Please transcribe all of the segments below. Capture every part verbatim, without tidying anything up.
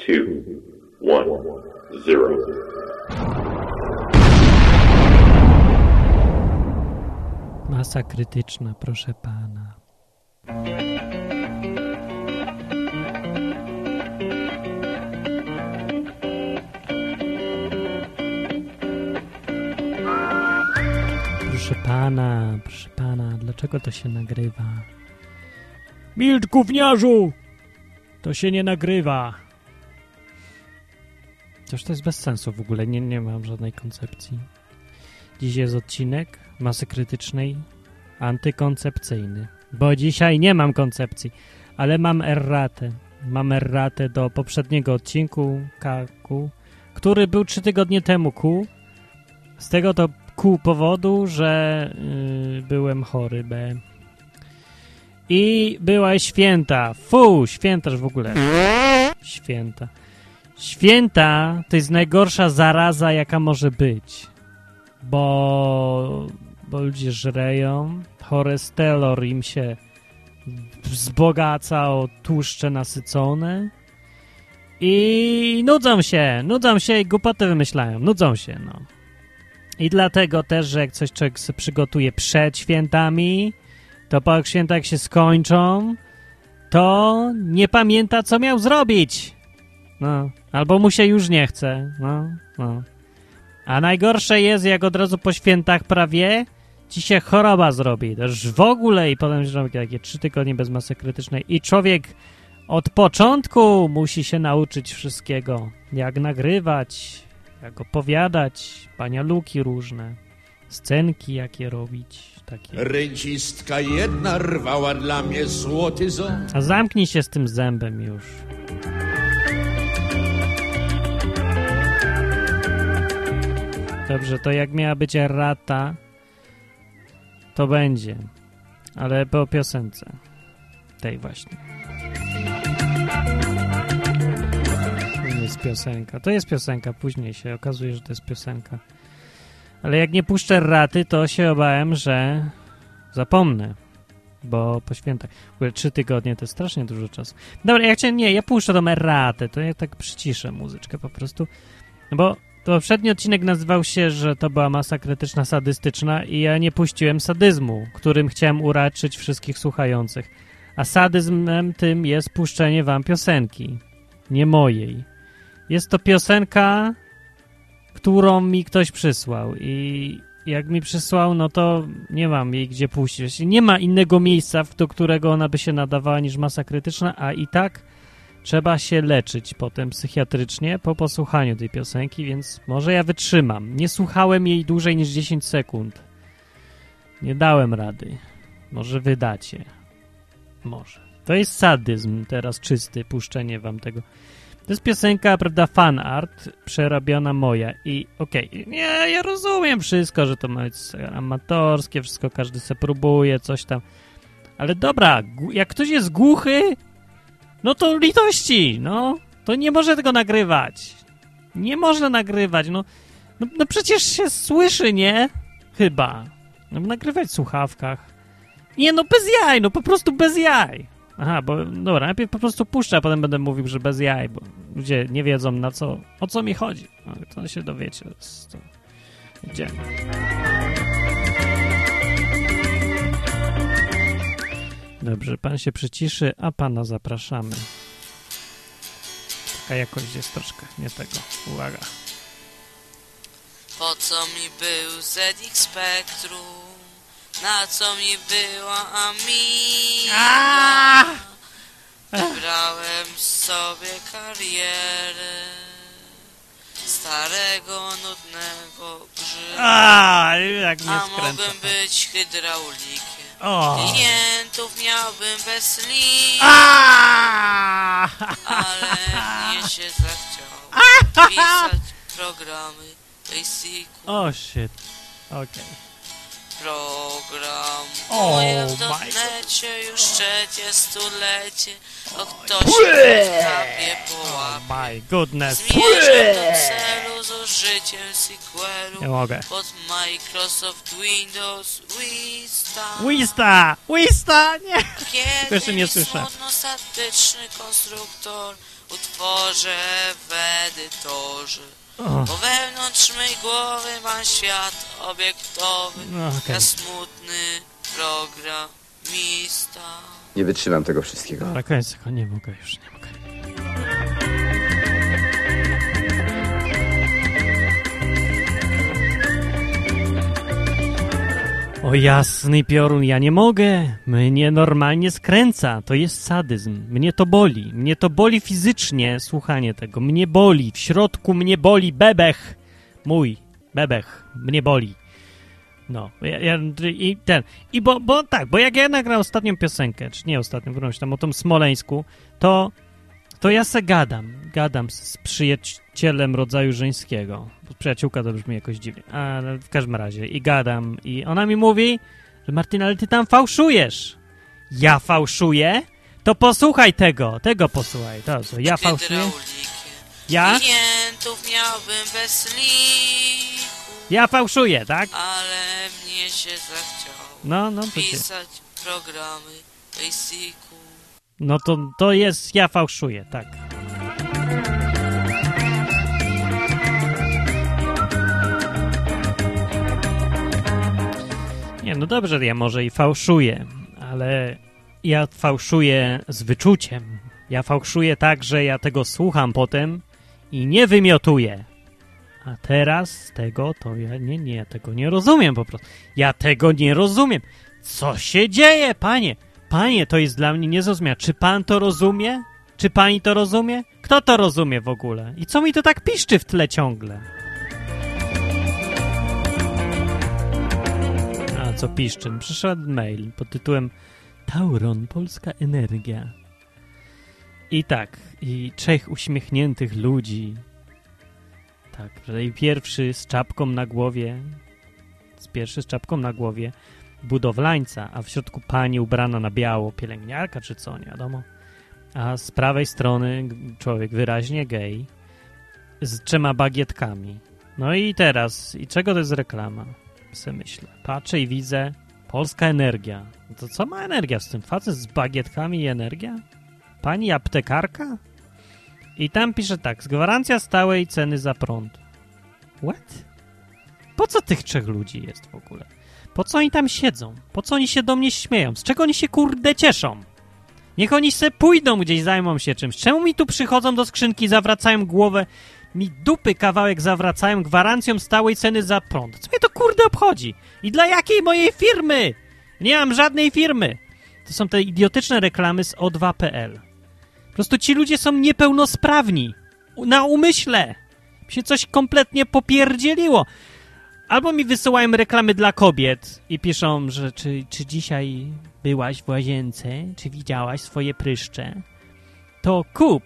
two, one, zero. Masa krytyczna, proszę pana. Proszę pana, proszę pana, dlaczego to się nagrywa? Milcz, gówniarzu! To się nie nagrywa. Cóż, to jest bez sensu w ogóle, nie, nie mam żadnej koncepcji. Dziś jest odcinek Masy Krytycznej antykoncepcyjny, bo dzisiaj nie mam koncepcji, ale mam erratę. Mam erratę do poprzedniego odcinku K Q, który był trzy tygodnie temu Q. Z tego to Q powodu, że yy, byłem chory, B. I była święta. Fu, świętaż w ogóle. Święta. Święta to jest najgorsza zaraza, jaka może być. Bo, bo ludzie żreją, cholesterol im się wzbogaca o tłuszcze nasycone i nudzą się, nudzą się i głupoty wymyślają, nudzą się, no. I dlatego też, że jak coś człowiek sobie przygotuje przed świętami, to po świętach jak się skończą, to nie pamięta, co miał zrobić. No, albo mu się już nie chce, no, no. A najgorsze jest, jak od razu po świętach prawie ci się choroba zrobi. To już w ogóle i potem zrobi takie trzy tygodnie bez masy krytycznej i człowiek od początku musi się nauczyć wszystkiego. Jak nagrywać, jak opowiadać, panialuki różne, scenki jakie robić. Takie. Rencistka jedna rwała dla mnie złoty ząb. A zamknij się z tym zębem już. Dobrze, to jak miała być errata, to będzie. Ale po piosence. Tej właśnie. To nie jest piosenka. To jest piosenka. Później się okazuje, że to jest piosenka. Ale jak nie puszczę erraty, to się obawiam, że zapomnę. Bo po świętach. W ogóle trzy tygodnie to jest strasznie dużo czasu. Dobra, ja chciałem, nie, ja puszczę tą erratę. To ja tak przyciszę muzyczkę po prostu. Bo poprzedni odcinek nazywał się, że to była masa krytyczna sadystyczna i ja nie puściłem sadyzmu, którym chciałem uraczyć wszystkich słuchających. A sadyzmem tym jest puszczenie wam piosenki, nie mojej. Jest to piosenka, którą mi ktoś przysłał i jak mi przysłał, no to nie mam jej gdzie puścić. Nie ma innego miejsca, do którego ona by się nadawała niż masa krytyczna, a i tak trzeba się leczyć potem psychiatrycznie po posłuchaniu tej piosenki, więc może ja wytrzymam. Nie słuchałem jej dłużej niż dziesięć sekund. Nie dałem rady. Może wydacie. Może. To jest sadyzm teraz czysty, puszczenie wam tego. To jest piosenka, prawda, fan art, przerobiona moja i okej, okay, nie, ja rozumiem wszystko, że to ma być amatorskie, wszystko każdy se próbuje, coś tam. Ale dobra, jak ktoś jest głuchy, no to litości, no. To nie może tego nagrywać. Nie można nagrywać, no. No, no przecież się słyszy, nie? Chyba. No, nagrywać w słuchawkach. Nie, no bez jaj, no po prostu bez jaj. Aha, bo dobra, najpierw po prostu puszczę, a potem będę mówił, że bez jaj, bo ludzie nie wiedzą na co, o co mi chodzi. No, to się dowiecie. To... Idziemy. Dobrze, pan się przyciszy, a pana zapraszamy. Taka jakość jest troszkę nie tego. Uwaga. Po co mi był Z X Spectrum? Na co mi była Amiga? Wybrałem sobie karierę starego, nudnego grzyba. A, jak mnie A skręca. mogłem być hydraulikiem. O. Klientów miałbym bez linii. Ale mnie się zachciało pisać programy Basic. O, oh, shit. Okej. Okay. Program Oh, moje w dotnecie już trzecie stulecie. O ktoś mnie kapie po łapie. Oh my goodness. Zmierzę do celu z użyciem sequelu. Nie mogę. Pod Microsoft Windows Vista. Vista! Vista! Nie! Kiedy Jeszcze nie słyszę. smutno statyczny konstruktor utworzę w edytorze. O, Bo wewnątrz mej głowy mam świat obiektowy. no, okej. Ja smutny programista. Nie wytrzymam tego wszystkiego. Dobra, koniec, tylko nie mogę już, nie mogę. O jasny piorun, ja nie mogę. Mnie normalnie skręca. To jest sadyzm. Mnie to boli. Mnie to boli fizycznie słuchanie tego. Mnie boli. W środku mnie boli bebech. Mój bebech. Mnie boli. No. Ja, ja, I ten. I bo, bo tak, bo jak ja nagrałem ostatnią piosenkę, czy nie ostatnią, którąś tam o tym Smoleńsku, to to ja se gadam. Gadam z, z przyjacielem rodzaju żeńskiego. Przyjaciółka to brzmi jakoś dziwnie. Ale w każdym razie. I gadam. I ona mi mówi, że Martin, ale ty tam fałszujesz. Ja fałszuję? To posłuchaj tego. Tego posłuchaj. To co, ja fałszuję? Ja? Klientów miałbym bez liku. Ja fałszuję, tak? Ale mnie się zachciało No, no. To się... pisać programy Basicu. No to, to jest ja fałszuję, tak. Nie, no dobrze, ja może i fałszuję, ale ja fałszuję z wyczuciem. Ja fałszuję tak, że ja tego słucham potem i nie wymiotuję. A teraz tego to ja nie, nie, ja tego nie rozumiem po prostu. Ja tego nie rozumiem. Co się dzieje, panie? Panie, to jest dla mnie niezrozumiałe. Czy pan to rozumie? Czy pani to rozumie? Kto to rozumie w ogóle? I co mi to tak piszczy w tle ciągle? A co piszczy? Przyszedł mail pod tytułem Tauron, Polska Energia. I tak, i trzech uśmiechniętych ludzi. Tak, że i pierwszy z czapką na głowie, z pierwszy z czapką na głowie, budowlańca, a w środku pani ubrana na biało, pielęgniarka czy co, nie wiadomo. A z prawej strony człowiek wyraźnie gej z trzema bagietkami. No i teraz, i czego to jest reklama? Se myślę. Patrzę i widzę Polska Energia. To co ma energia z tym? Facet z bagietkami i energia? Pani aptekarka? I tam pisze tak, z gwarancja stałej ceny za prąd. What? Po co tych trzech ludzi jest w ogóle? Po co oni tam siedzą? Po co oni się do mnie śmieją? Z czego oni się kurde cieszą? Niech oni se pójdą gdzieś, zajmą się czymś. Czemu mi tu przychodzą do skrzynki, zawracają głowę, mi dupy kawałek zawracają gwarancją stałej ceny za prąd? Co mnie to kurde obchodzi? I dla jakiej mojej firmy? Nie mam żadnej firmy. To są te idiotyczne reklamy z o dwa kropka p l. Po prostu ci ludzie są niepełnosprawni. Na umyśle. Mi się coś kompletnie popierdzieliło. Albo mi wysyłają reklamy dla kobiet i piszą, że czy, czy dzisiaj byłaś w łazience, czy widziałaś swoje pryszcze, to kup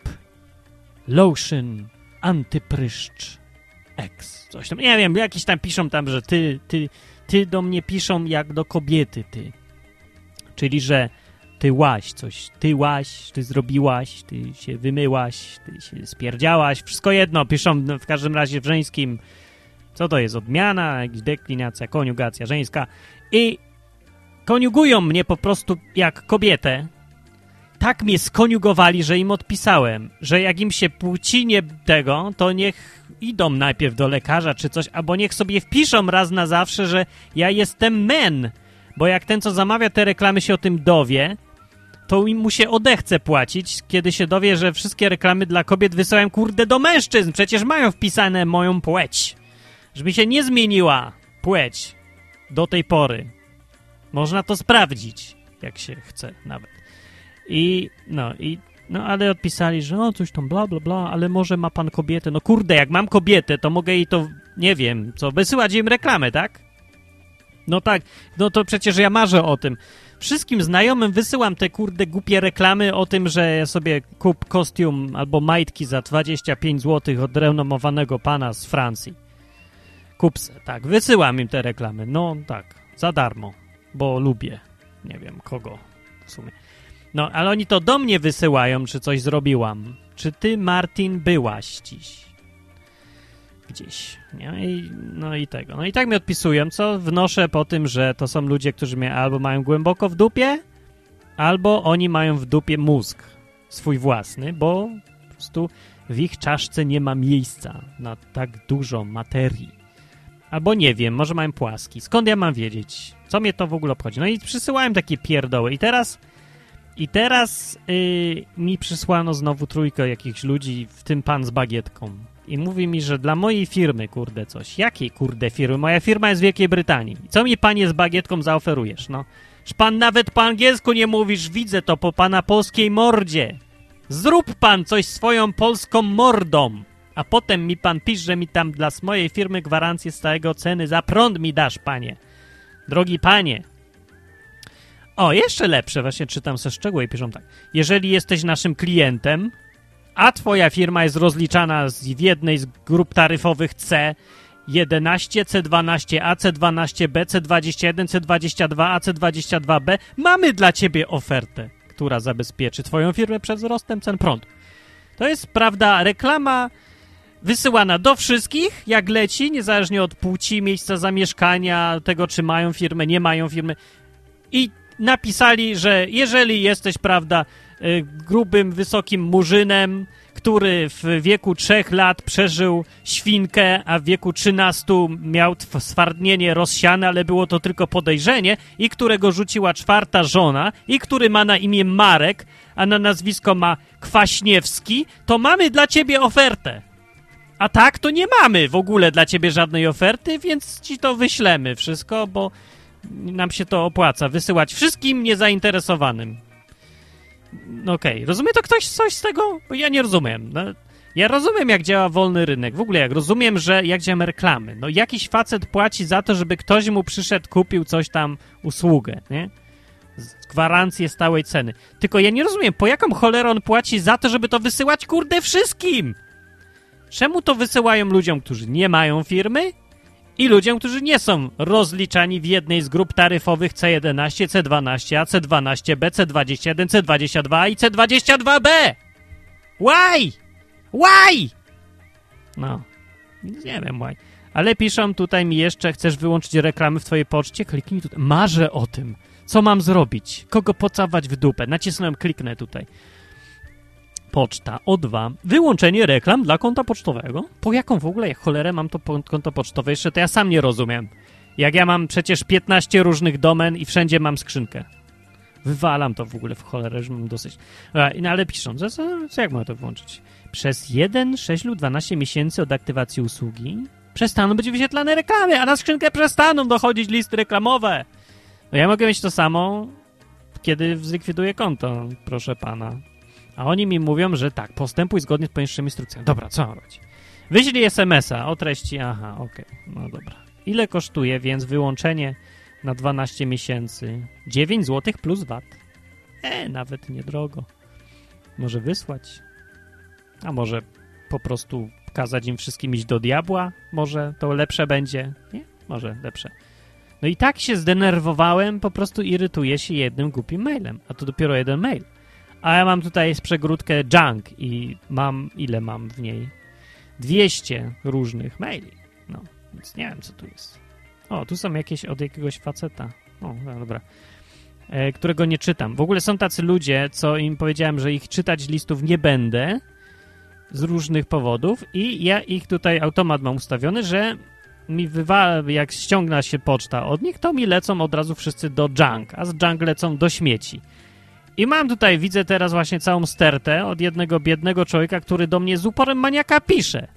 lotion antypryszcz X. Coś tam, nie wiem, jakieś tam piszą tam, że ty, ty, ty do mnie piszą jak do kobiety, ty. Czyli, że ty łaś coś, ty łaś, ty zrobiłaś, ty się wymyłaś, ty się spierdziałaś, wszystko jedno, piszą w każdym razie w żeńskim. Co to jest? Odmiana, jakaś deklinacja, koniugacja żeńska. I koniugują mnie po prostu jak kobietę. Tak mnie skoniugowali, że im odpisałem, że jak im się płci nie tego, to niech idą najpierw do lekarza czy coś, albo niech sobie wpiszą raz na zawsze, że ja jestem men. Bo jak ten, co zamawia te reklamy, się o tym dowie, to mu się odechce płacić, kiedy się dowie, że wszystkie reklamy dla kobiet wysyłają kurde do mężczyzn. Przecież mają wpisane moją płeć. Żeby się nie zmieniła płeć do tej pory. Można to sprawdzić, jak się chce nawet. I no, i no, ale odpisali, że o, coś tam bla, bla, bla, ale może ma pan kobietę. No kurde, jak mam kobietę, to mogę jej to, nie wiem, co, wysyłać im reklamę, tak? No tak, no to przecież ja marzę o tym. Wszystkim znajomym wysyłam te kurde głupie reklamy o tym, że sobie kup kostium albo majtki za dwadzieścia pięć złotych od renomowanego pana z Francji. Kup se, tak, wysyłam im te reklamy. No tak, za darmo, bo lubię. Nie wiem kogo w sumie. No, ale oni to do mnie wysyłają, czy coś zrobiłam. Czy ty, Martin, byłaś dziś? Gdzieś, nie? I, no i tego. No i tak mi odpisują, co wnoszę po tym, że to są ludzie, którzy mnie albo mają głęboko w dupie, albo oni mają w dupie mózg swój własny, bo prostu w ich czaszce nie ma miejsca na tak dużo materii. Albo nie wiem, może mają płaski. Skąd ja mam wiedzieć? Co mnie to w ogóle obchodzi? No i przysyłałem takie pierdoły. I teraz i teraz yy, mi przysłano znowu trójkę jakichś ludzi, w tym pan z bagietką. I mówi mi, że dla mojej firmy, kurde, coś. Jakiej, kurde, firmy? Moja firma jest w Wielkiej Brytanii. Co mi, panie, z bagietką zaoferujesz, no? Że pan nawet po angielsku nie mówisz, widzę to po pana polskiej mordzie. Zrób pan coś swoją polską mordą. A potem mi pan pisze, że mi tam dla mojej firmy gwarancję stałego ceny za prąd mi dasz, panie. Drogi panie. O, jeszcze lepsze, właśnie czytam ze szczegóły i piszą tak. Jeżeli jesteś naszym klientem, a twoja firma jest rozliczana z, w jednej z grup taryfowych C jedenaście, C dwanaście A, C dwanaście B, C dwadzieścia jeden, C dwadzieścia dwa A, C dwadzieścia dwa B, mamy dla ciebie ofertę, która zabezpieczy twoją firmę przed wzrostem cen prądu. To jest, prawda, reklama wysyłana do wszystkich, jak leci, niezależnie od płci, miejsca zamieszkania, tego, czy mają firmę, nie mają firmy. I napisali, że jeżeli jesteś, prawda, grubym, wysokim murzynem, który w wieku trzech lat przeżył świnkę, a w wieku trzynastu miał stwardnienie rozsiane, ale było to tylko podejrzenie, i którego rzuciła czwarta żona, i który ma na imię Marek, a na nazwisko ma Kwaśniewski, to mamy dla ciebie ofertę. A tak, to nie mamy w ogóle dla ciebie żadnej oferty, więc ci to wyślemy wszystko, bo nam się to opłaca wysyłać wszystkim niezainteresowanym. Okej, okay. Rozumie to ktoś coś z tego? Bo ja nie rozumiem. No, ja rozumiem, jak działa wolny rynek. W ogóle jak rozumiem, że jak działają reklamy. No jakiś facet płaci za to, żeby ktoś mu przyszedł, kupił coś tam, usługę, nie? Z gwarancję stałej ceny. Tylko ja nie rozumiem, po jaką cholerę on płaci za to, żeby to wysyłać, kurde, wszystkim? Czemu to wysyłają ludziom, którzy nie mają firmy? I ludziom, którzy nie są rozliczani w jednej z grup taryfowych C jedenaście, C dwanaście A, C dwanaście B, C dwadzieścia jeden, C dwadzieścia dwa A i C dwadzieścia dwa B. Why? Why? No, nie wiem why. Ale piszą tutaj mi jeszcze, chcesz wyłączyć reklamy w twojej poczcie? Kliknij tutaj. Marzę o tym. Co mam zrobić? Kogo pocałować w dupę? Nacisnąłem, kliknę tutaj. Poczta. O dwa. Wyłączenie reklam dla konta pocztowego. Po jaką w ogóle jak cholerę mam to konto pocztowe? Jeszcze to ja sam nie rozumiem. Jak ja mam przecież piętnaście różnych domen i wszędzie mam skrzynkę. Wywalam to w ogóle w cholerę, że mam dosyć. No ale piszą, co, co jak mam to włączyć? Przez jeden, sześć lub dwanaście miesięcy od aktywacji usługi przestaną być wyświetlane reklamy, a na skrzynkę przestaną dochodzić listy reklamowe. No ja mogę mieć to samo, kiedy zlikwiduję konto, proszę pana. A oni mi mówią, że tak, postępuj zgodnie z poniższymi instrukcjami. Dobra, co mam robić? Wyślij es em es a o treści, aha, okej, okay, no dobra. Ile kosztuje więc wyłączenie na dwanaście miesięcy? dziewięć złotych plus V A T. E, nawet niedrogo. Może wysłać? A może po prostu kazać im wszystkim iść do diabła? Może to lepsze będzie? Nie? Może lepsze. No i tak się zdenerwowałem, po prostu irytuję się jednym głupim mailem. A to dopiero jeden mail. A ja mam tutaj przegródkę junk i mam, ile mam w niej? dwieście różnych maili. No, więc nie wiem, co tu jest. O, tu są jakieś od jakiegoś faceta. O, no dobra. E, którego nie czytam. W ogóle są tacy ludzie, co im powiedziałem, że ich czytać listów nie będę z różnych powodów i ja ich tutaj automat mam ustawiony, że mi wywala, jak ściągna się poczta od nich, to mi lecą od razu wszyscy do junk, a z junk lecą do śmieci. I mam tutaj, widzę teraz właśnie całą stertę od jednego biednego człowieka, który do mnie z uporem maniaka pisze.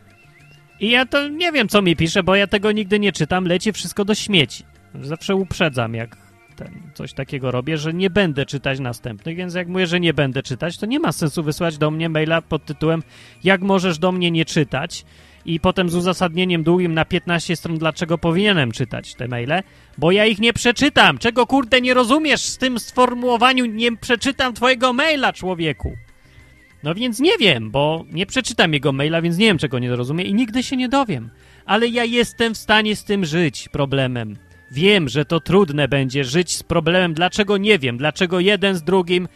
I ja to nie wiem, co mi pisze, bo ja tego nigdy nie czytam, leci wszystko do śmieci. Zawsze uprzedzam, jak ten, coś takiego robię, że nie będę czytać następnych, więc jak mówię, że nie będę czytać, to nie ma sensu wysłać do mnie maila pod tytułem jak możesz do mnie nie czytać i potem z uzasadnieniem długim na piętnaście stron, dlaczego powinienem czytać te maile, bo ja ich nie przeczytam. Czego kurde nie rozumiesz z tym sformułowaniu nie przeczytam twojego maila, człowieku? No więc nie wiem, bo nie przeczytam jego maila, więc nie wiem, czego nie rozumiem i nigdy się nie dowiem. Ale ja jestem w stanie z tym żyć, problemem. Wiem, że to trudne będzie żyć z problemem, dlaczego nie wiem, dlaczego jeden z drugim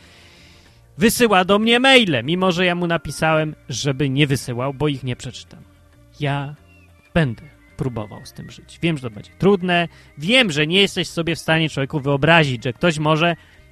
wysyła do mnie maile, mimo że ja mu napisałem, żeby nie wysyłał, bo ich nie przeczytam. Ja będę próbował z tym żyć. Wiem, że to będzie trudne, wiem, że nie jesteś sobie w stanie, człowieku, wyobrazić, że ktoś może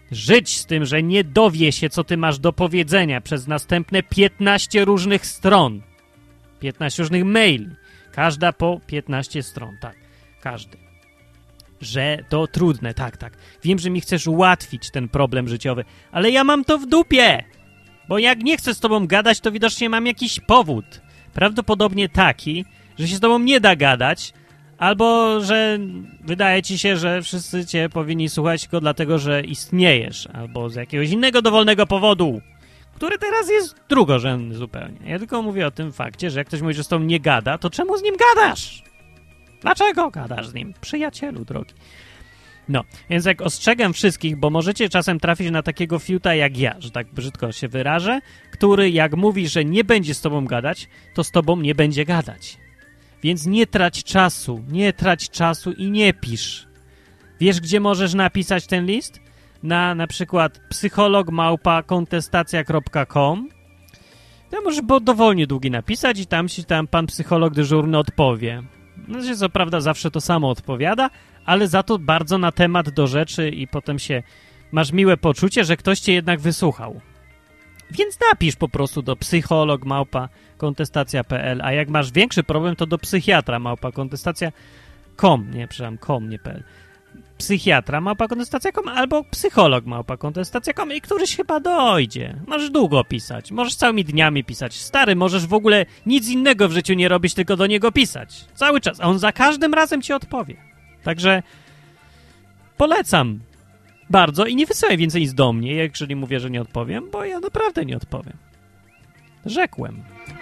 Żyć z tym, że nie dowie się, co ty masz do powiedzenia przez następne piętnaście różnych stron. piętnaście różnych maili. Każda po piętnaście stron, tak. Każdy. Że to trudne, tak, tak. Wiem, że mi chcesz ułatwić ten problem życiowy, ale ja mam to w dupie. Bo jak nie chcę z tobą gadać, to widocznie mam jakiś powód. Prawdopodobnie taki, że się z tobą nie da gadać, albo że wydaje ci się, że wszyscy cię powinni słuchać tylko dlatego, że istniejesz, albo z jakiegoś innego dowolnego powodu, który teraz jest drugorzędny zupełnie. Ja tylko mówię o tym fakcie, że jak ktoś mówi, że z tobą nie gada, to czemu z nim gadasz? Dlaczego gadasz z nim? Przyjacielu drogi. No, więc jak ostrzegam wszystkich, bo możecie czasem trafić na takiego fiuta jak ja, że tak brzydko się wyrażę, który jak mówi, że nie będzie z tobą gadać, to z tobą nie będzie gadać. Więc nie trać czasu, nie trać czasu i nie pisz. Wiesz, gdzie możesz napisać ten list? Na na przykład psycholog małpa kontestacja kropka com. To możesz bo dowolnie długi napisać i tam ci tam pan psycholog dyżurny odpowie. Znaczy, co prawda zawsze to samo odpowiada, ale za to bardzo na temat do rzeczy i potem się masz miłe poczucie, że ktoś cię jednak wysłuchał. Więc napisz po prostu do psycholog małpa kontestacja kropka p l, a jak masz większy problem, to do psychiatra małpa kontestacja kropka com, nie, przepraszam, com, nie .pl. Psychiatra małpa kontestacja kropka com albo psycholog małpa kontestacja kropka com i któryś chyba dojdzie. Możesz długo pisać, możesz całymi dniami pisać. Stary, możesz w ogóle nic innego w życiu nie robić, tylko do niego pisać. Cały czas, a on za każdym razem ci odpowie. Także polecam bardzo i nie wysyłaj więcej nic do mnie, jeżeli mówię, że nie odpowiem, bo ja naprawdę nie odpowiem. Rzekłem.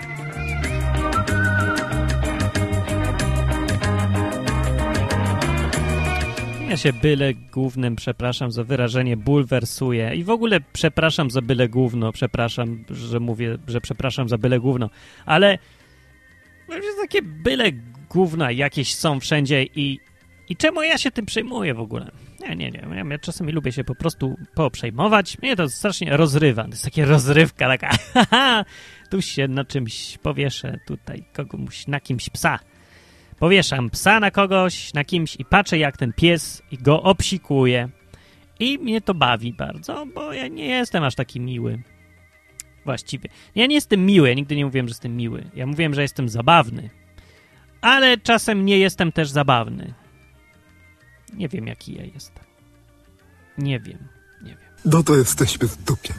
Ja się byle gównem, przepraszam za wyrażenie, bulwersuję i w ogóle przepraszam za byle gówno, przepraszam, że mówię, że przepraszam za byle gówno, ale takie byle gówna jakieś są wszędzie i, i czemu ja się tym przejmuję w ogóle? Nie, nie, nie, ja, ja czasami lubię się po prostu poprzejmować, mnie to strasznie rozrywa, to jest takie rozrywka, taka haha, tu się na czymś powieszę, tutaj kogoś, na kimś psa. Powieszam psa na kogoś, na kimś i patrzę, jak ten pies go obsikuje. I mnie to bawi bardzo, bo ja nie jestem aż taki miły. Właściwie. Ja nie jestem miły, ja nigdy nie mówiłem, że jestem miły. Ja mówiłem, że jestem zabawny. Ale czasem nie jestem też zabawny. Nie wiem, jaki ja jestem. Nie wiem, nie wiem. No to jesteśmy w dupie.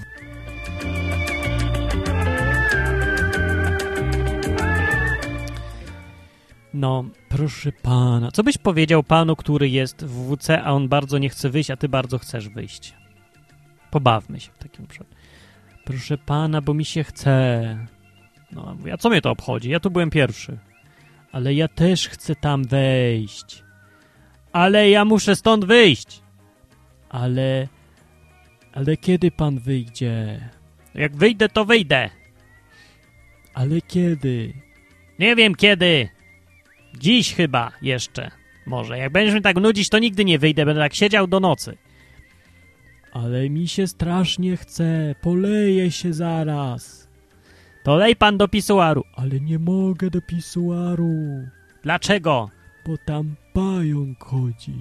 No, proszę pana. Co byś powiedział panu, który jest w W C, a on bardzo nie chce wyjść, a ty bardzo chcesz wyjść? Pobawmy się w takim przypadku. Proszę pana, bo mi się chce. No, a co mnie to obchodzi? Ja tu byłem pierwszy. Ale ja też chcę tam wejść. Ale ja muszę stąd wyjść. Ale... Ale kiedy pan wyjdzie? Jak wyjdę, to wyjdę. Ale kiedy? Nie wiem kiedy. Dziś chyba jeszcze. Może. Jak będziesz mnie tak nudzić, to nigdy nie wyjdę. Będę tak siedział do nocy. Ale mi się strasznie chce. Poleję się zaraz. To lej pan do pisuaru. Ale nie mogę do pisuaru. Dlaczego? Bo tam pająk chodzi.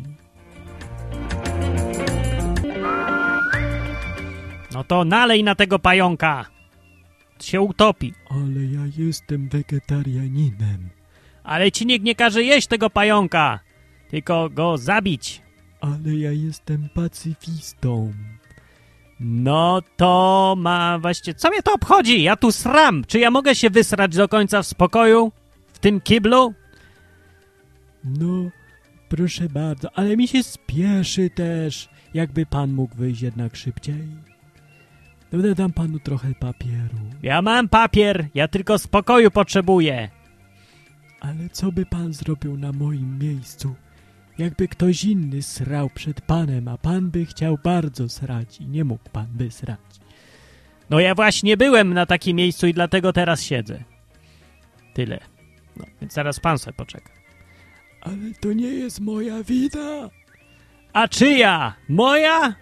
No to nalej na tego pająka. Się utopi. Ale ja jestem wegetarianinem. Ale ci nikt nie każe jeść tego pająka, tylko go zabić. Ale ja jestem pacyfistą. No to ma właśnie... Co mnie to obchodzi? Ja tu sram. Czy ja mogę się wysrać do końca w spokoju? W tym kiblu? No, proszę bardzo, ale mi się spieszy też. Jakby pan mógł wyjść jednak szybciej. No, dam panu trochę papieru. Ja mam papier, ja tylko spokoju potrzebuję. Ale co by pan zrobił na moim miejscu? Jakby ktoś inny srał przed panem, a pan by chciał bardzo srać i nie mógł pan wysrać. No ja właśnie byłem na takim miejscu i dlatego teraz siedzę. Tyle. No, więc zaraz pan sobie poczeka. Ale to nie jest moja wina. A czyja? Moja?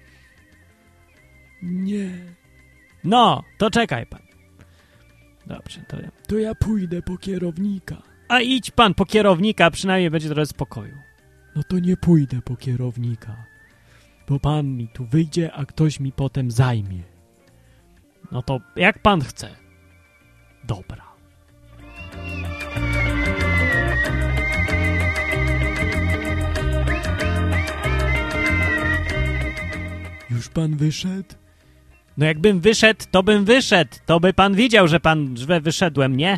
Nie. No, to czekaj pan. Dobrze, to ja... To ja pójdę po kierownika. A idź pan po kierownika, przynajmniej będzie trochę spokoju. No to nie pójdę po kierownika, bo pan mi tu wyjdzie, a ktoś mi potem zajmie. No to jak pan chce. Dobra. Już pan wyszedł? No jakbym wyszedł, to bym wyszedł. To by pan widział, że pan, że wyszedłem, nie?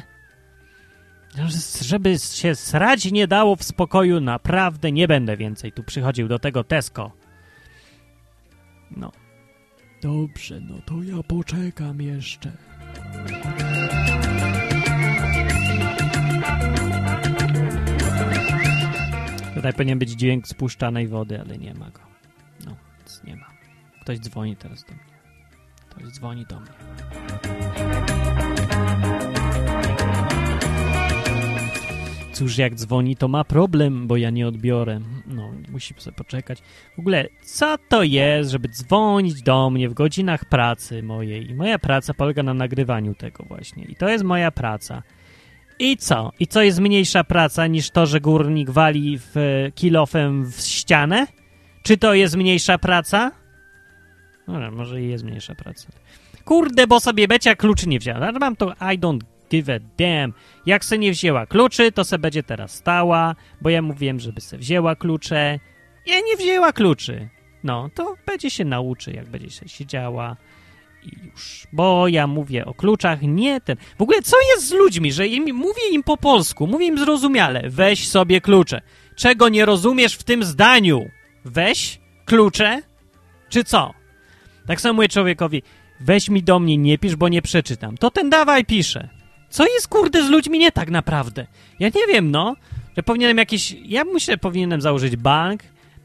Żeby się srać nie dało w spokoju, naprawdę nie będę więcej tu przychodził do tego Tesco. No. Dobrze, no to ja poczekam jeszcze. Tutaj powinien być dźwięk spuszczanej wody, ale nie ma go. No, nic nie ma. Ktoś dzwoni teraz do mnie. Ktoś dzwoni do mnie. Cóż, jak dzwoni, to ma problem, bo ja nie odbiorę. No, musi sobie poczekać. W ogóle, co to jest, żeby dzwonić do mnie w godzinach pracy mojej? I moja praca polega na nagrywaniu tego właśnie. I to jest moja praca. I co? I co jest mniejsza praca niż to, że górnik wali w kilofem w ścianę? Czy to jest mniejsza praca? No, może i jest mniejsza praca. Kurde, bo sobie Becia kluczy nie wzięła. Mam to I don't give a damn. Jak se nie wzięła kluczy, to se będzie teraz stała, bo ja mówiłem, żeby se wzięła klucze. Ja nie wzięła kluczy. No, to będzie się nauczy, jak będzie się siedziała i już. Bo ja mówię o kluczach, nie ten. W ogóle co jest z ludźmi, że im, mówię im po polsku, mówię im zrozumiale. Weź sobie klucze. Czego nie rozumiesz w tym zdaniu? Weź klucze? Czy co? Tak samo mówię człowiekowi, weź mi do mnie, nie pisz, bo nie przeczytam. To ten dawaj pisze. Co jest, kurde, z ludźmi nie tak naprawdę? Ja nie wiem, no, że powinienem jakiś... Ja myślę, powinienem założyć bank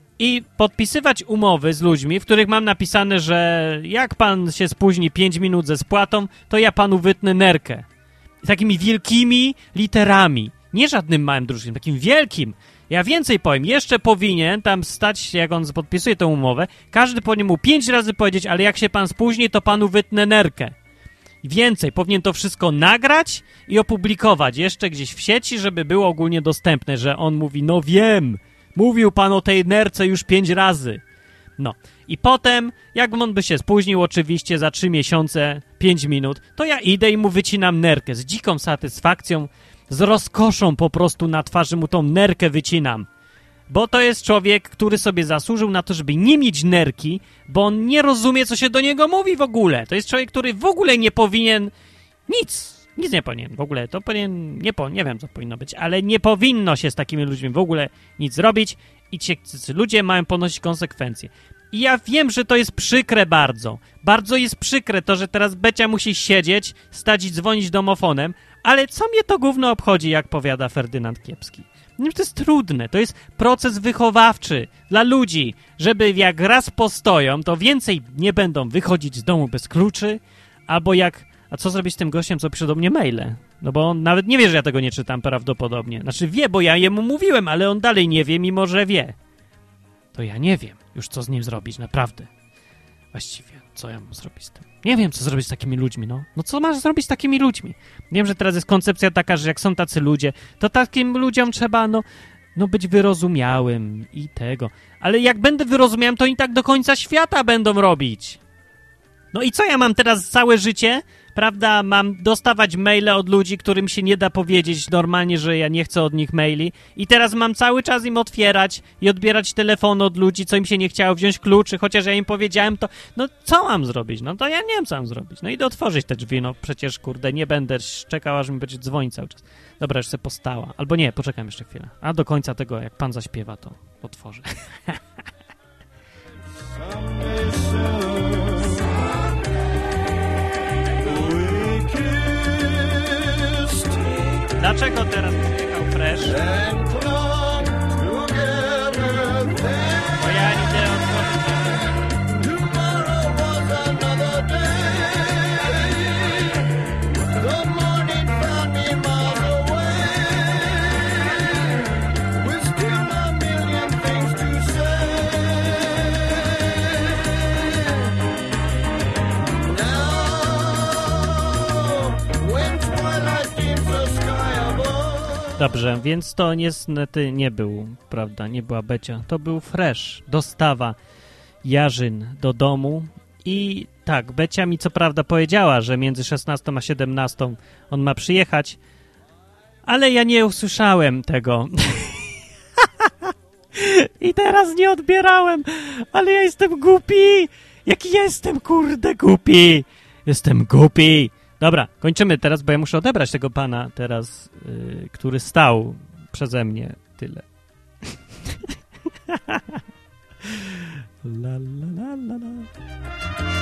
i podpisywać umowy z ludźmi, w których mam napisane, że jak pan się spóźni pięć minut ze spłatą, to ja panu wytnę nerkę. I takimi wielkimi literami. Nie żadnym małym druczkiem, takim wielkim. Ja więcej powiem, jeszcze powinien tam stać, jak on podpisuje tę umowę, każdy powinien mu pięć razy powiedzieć, ale jak się pan spóźni, to panu wytnę nerkę. I więcej, powinien to wszystko nagrać i opublikować jeszcze gdzieś w sieci, żeby było ogólnie dostępne, że on mówi, no wiem, mówił pan o tej nerce już pięć razy. No. I potem, jak on by się spóźnił oczywiście za trzy miesiące, pięć minut, to ja idę i mu wycinam nerkę z dziką satysfakcją, z rozkoszą po prostu na twarzy mu tą nerkę wycinam. Bo to jest człowiek, który sobie zasłużył na to, żeby nie mieć nerki, bo on nie rozumie, co się do niego mówi w ogóle. To jest człowiek, który w ogóle nie powinien nic, nic nie powinien w ogóle. To powinien, nie, po, nie wiem, co powinno być, ale nie powinno się z takimi ludźmi w ogóle nic robić i ci ludzie mają ponosić konsekwencje. I ja wiem, że to jest przykre bardzo. Bardzo jest przykre to, że teraz Becia musi siedzieć, stać i dzwonić domofonem, ale co mnie to gówno obchodzi, jak powiada Ferdynand Kiepski. To jest trudne, to jest proces wychowawczy dla ludzi, żeby jak raz postoją, to więcej nie będą wychodzić z domu bez kluczy, albo jak, a co zrobić z tym gościem, co pisze do mnie maile? No bo on nawet nie wie, że ja tego nie czytam prawdopodobnie. Znaczy wie, bo ja jemu mówiłem, ale on dalej nie wie, mimo że wie. To ja nie wiem już, co z nim zrobić, naprawdę. Właściwie, co ja mam zrobić z tym? Nie wiem, co zrobić z takimi ludźmi, no. No co masz zrobić z takimi ludźmi? Wiem, że teraz jest koncepcja taka, że jak są tacy ludzie, to takim ludziom trzeba, no, no być wyrozumiałym i tego. Ale jak będę wyrozumiałym, to i tak do końca świata będą robić. No i co ja mam teraz całe życie? Prawda, mam dostawać maile od ludzi, którym się nie da powiedzieć normalnie, że ja nie chcę od nich maili i teraz mam cały czas im otwierać i odbierać telefony od ludzi, co im się nie chciało wziąć kluczy, chociaż ja im powiedziałem to, no co mam zrobić? No to ja nie wiem, co mam zrobić. No idę otworzyć te drzwi, no przecież, kurde, nie będę czekał, aż mi będzie dzwonić cały czas. Dobra, już sobie postała. Albo nie, poczekam jeszcze chwilę. A do końca tego, jak pan zaśpiewa, to otworzę. Dlaczego teraz przyjechał Fresh? Bo ja idę otworzyć. Dobrze, więc to niestety nie był, prawda, nie była Becia, to był Fresh, dostawa. Jarzyn do domu i tak, Becia mi co prawda powiedziała, że między szesnastą a siedemnastą on ma przyjechać, ale ja nie usłyszałem tego. I teraz nie odbierałem, ale ja jestem głupi! Jaki jestem, kurde, głupi! Jestem głupi! Dobra, kończymy teraz, bo ja muszę odebrać tego pana teraz, yy, który stał przeze mnie. Tyle. La, la, la, la, la.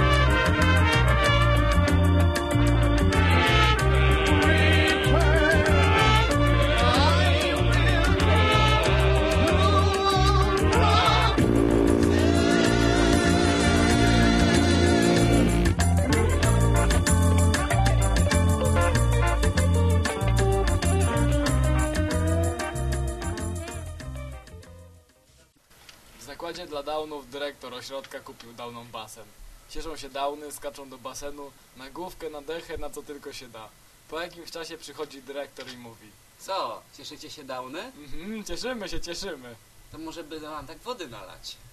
W zakładzie dla downów dyrektor ośrodka kupił downom basen. Cieszą się downy, skaczą do basenu, na główkę, na dechę, na co tylko się da. Po jakimś czasie przychodzi dyrektor i mówi: Co, cieszycie się downy? Mhm, cieszymy się, cieszymy. To może by nam tak wody nalać.